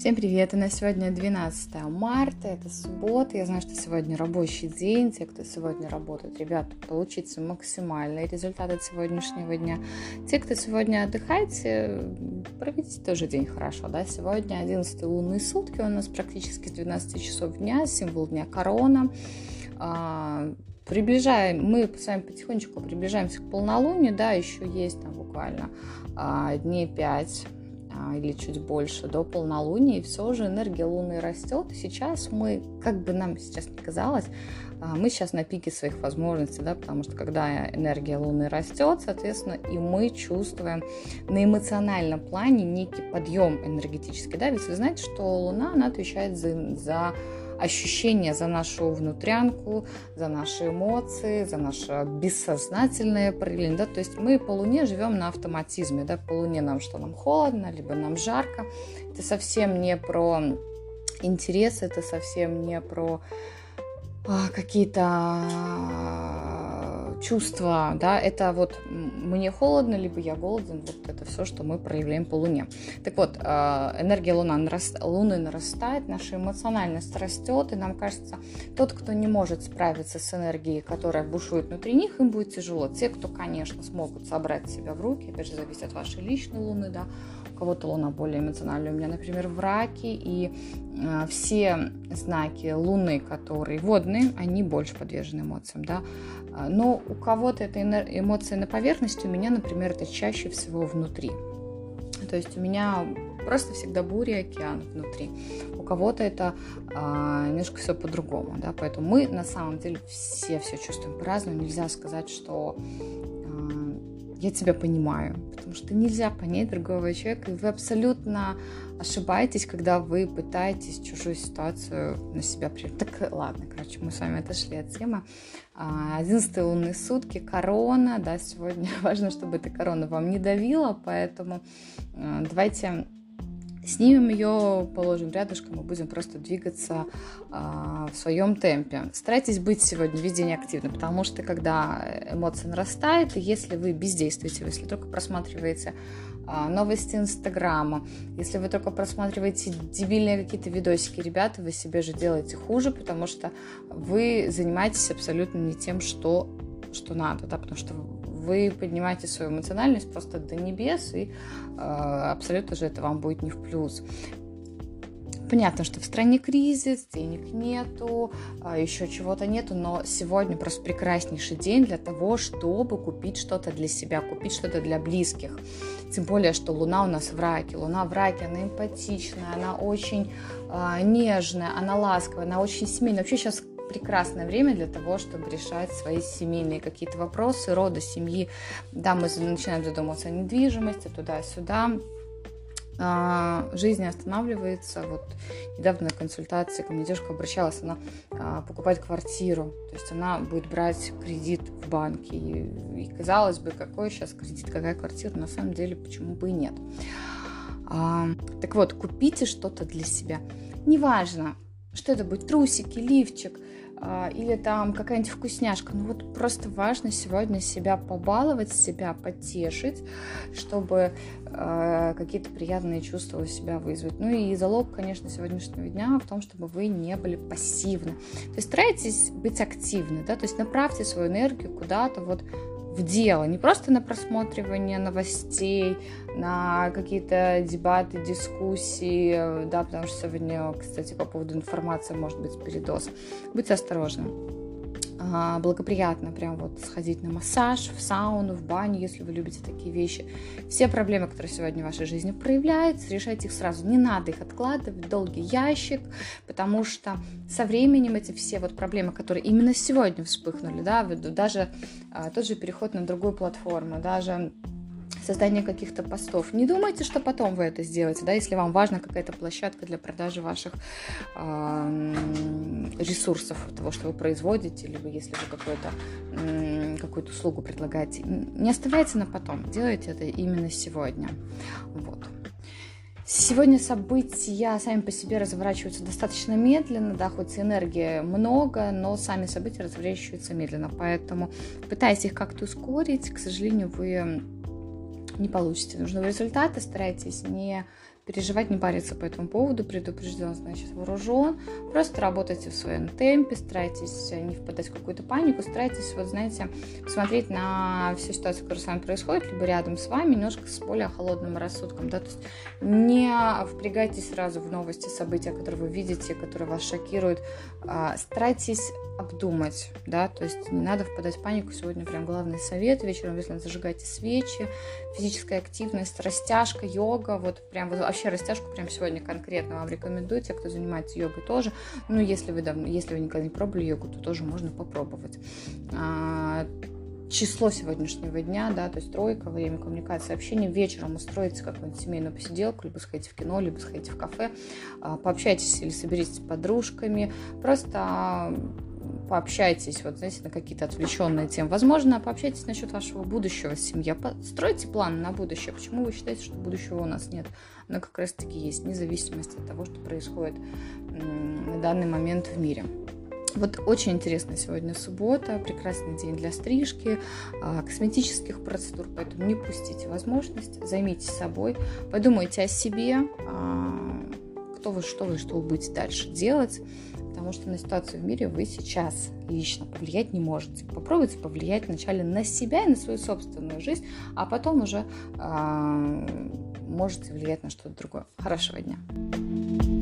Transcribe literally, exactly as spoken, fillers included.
Всем привет! У нас сегодня двенадцатое марта, это суббота. Я знаю, что сегодня рабочий день. Те, кто сегодня работает, ребята, получите максимальный результат от сегодняшнего дня. Те, кто сегодня отдыхаете, проведите тоже день хорошо. Да? Сегодня одиннадцатые лунные сутки, у нас практически с двенадцати часов дня, символ дня корона. Приближаем, мы с вами потихонечку приближаемся к полнолунию, да, еще есть там буквально а, дней пять а, или чуть больше до полнолуния, и все же энергия Луны растет, и сейчас мы, как бы нам сейчас ни казалось, а, мы сейчас на пике своих возможностей, да, потому что когда энергия Луны растет, соответственно, и мы чувствуем на эмоциональном плане некий подъем энергетический, да, ведь вы знаете, что Луна, она отвечает за, за ощущения, за нашу внутрянку, за наши эмоции, за наше бессознательное проявление, да, то есть мы по Луне живем на автоматизме, да, по Луне нам что, нам холодно, либо нам жарко, это совсем не про интерес, это совсем не про а, какие-то чувства, да, это вот мне холодно, либо я голоден, вот это все, что мы проявляем по Луне. Так вот, энергия Луна, Луны нарастает, наша эмоциональность растет, и нам кажется, тот, кто не может справиться с энергией, которая бушует внутри них, им будет тяжело. Те, кто, конечно, смогут собрать себя в руки, опять же, зависит от вашей личной Луны, да, у кого-то Луна более эмоциональная, у меня, например, в Раке, и э, все знаки Луны, которые водные, они больше подвержены эмоциям, да, но у кого-то это эмоции на поверхности, у меня, например, это чаще всего внутри, то есть у меня просто всегда буря, океан внутри, у кого-то это э, немножко все по-другому, да, поэтому мы на самом деле все все чувствуем по-разному, нельзя сказать, что я тебя понимаю, потому что нельзя понять другого человека, и вы абсолютно ошибаетесь, когда вы пытаетесь чужую ситуацию на себя принять. Так, ладно, короче, мы с вами отошли от темы. одиннадцатые лунные сутки, корона, да, сегодня важно, чтобы эта корона вам не давила, поэтому давайте снимем ее, положим рядышком и будем просто двигаться а, в своем темпе. Старайтесь быть сегодня весь день активны, потому что когда эмоция нарастает, и если вы бездействуете, если только просматриваете а, новости Инстаграма, если вы только просматриваете дебильные какие-то видосики, ребята, вы себе же делаете хуже, потому что вы занимаетесь абсолютно не тем, что, что надо, да, потому что вы поднимаете свою эмоциональность просто до небес, и э, абсолютно же это вам будет не в плюс. Понятно, что в стране кризис, денег нету, э, еще чего-то нету, но сегодня просто прекраснейший день для того, чтобы купить что-то для себя, купить что-то для близких. Тем более, что Луна у нас в Раке. Луна в Раке, она эмпатичная, она очень э, нежная, она ласковая, она очень семейная. Вообще сейчас прекрасное время для того, чтобы решать свои семейные какие-то вопросы, рода, семьи. Да, мы начинаем задумываться о недвижимости, туда-сюда. А, жизнь останавливается. Вот недавно на консультации ко мне девушка обращалась, она а, покупает квартиру, то есть она будет брать кредит в банке. И, и казалось бы, какой сейчас кредит, какая квартира, на самом деле почему бы и нет. А, так вот, купите что-то для себя. Неважно, что это будет, трусики, лифчик, или там какая-нибудь вкусняшка. Ну вот просто важно сегодня себя побаловать, себя потешить, чтобы э, какие-то приятные чувства у себя вызвать. Ну и залог, конечно, сегодняшнего дня в том, чтобы вы не были пассивны. То есть старайтесь быть активны, да, то есть направьте свою энергию куда-то вот в дело, не просто на просматривание новостей, на какие-то дебаты, дискуссии, да, потому что сегодня, кстати, по поводу информации может быть передоз. Будьте осторожны. Благоприятно прям вот сходить на массаж, в сауну, в баню, если вы любите такие вещи. Все проблемы, которые сегодня в вашей жизни проявляются, решайте их сразу. Не надо их откладывать в долгий ящик, потому что со временем эти все вот проблемы, которые именно сегодня вспыхнули, да, даже а, тот же переход на другую платформу, даже создание каких-то постов. Не думайте, что потом вы это сделаете, да, если вам важна какая-то площадка для продажи ваших э, ресурсов, того, что вы производите, либо если вы какую-то, э, какую-то услугу предлагаете. Не оставляйте на потом, делайте это именно сегодня. Вот. Сегодня события сами по себе разворачиваются достаточно медленно, да, хоть энергии много, но сами события разворачиваются медленно, поэтому пытаясь их как-то ускорить, к сожалению, вы не получите нужного результата, старайтесь не переживать, не париться по этому поводу, предупрежден, значит вооружен, просто работайте в своем темпе, старайтесь не впадать в какую-то панику, старайтесь, вот знаете, смотреть на всю ситуацию, которая с вами происходит, либо рядом с вами, немножко с более холодным рассудком, да, то есть не впрягайтесь сразу в новости, события, которые вы видите, которые вас шокируют, старайтесь обдумать, да, то есть не надо впадать в панику. Сегодня прям главный совет: вечером обязательно зажигайте свечи, физическая активность, растяжка, йога, вот прям вот вообще растяжку прям сегодня конкретно вам рекомендую, те, кто занимается йогой тоже, ну, если вы давно, если вы никогда не пробовали йогу, то тоже можно попробовать. А, число сегодняшнего дня, да, то есть тройка, время коммуникации, общения, вечером устроите какую-нибудь семейную посиделку, либо сходите в кино, либо сходите в кафе, пообщайтесь или соберитесь с подружками, просто пообщайтесь, вот, знаете, на какие-то отвлеченные темы. Возможно, пообщайтесь насчет вашего будущего в семье. Стройте планы на будущее. Почему вы считаете, что будущего у нас нет? Оно как раз-таки есть, вне зависимости от того, что происходит на данный момент в мире. Вот очень интересная сегодня суббота, прекрасный день для стрижки, косметических процедур, поэтому не пустите возможность, займитесь собой, подумайте о себе, кто вы, что вы, что вы будете дальше делать, потому что на ситуацию в мире вы сейчас лично повлиять не можете. Попробуйте повлиять вначале на себя и на свою собственную жизнь, а потом уже можете влиять на что-то другое. Хорошего дня!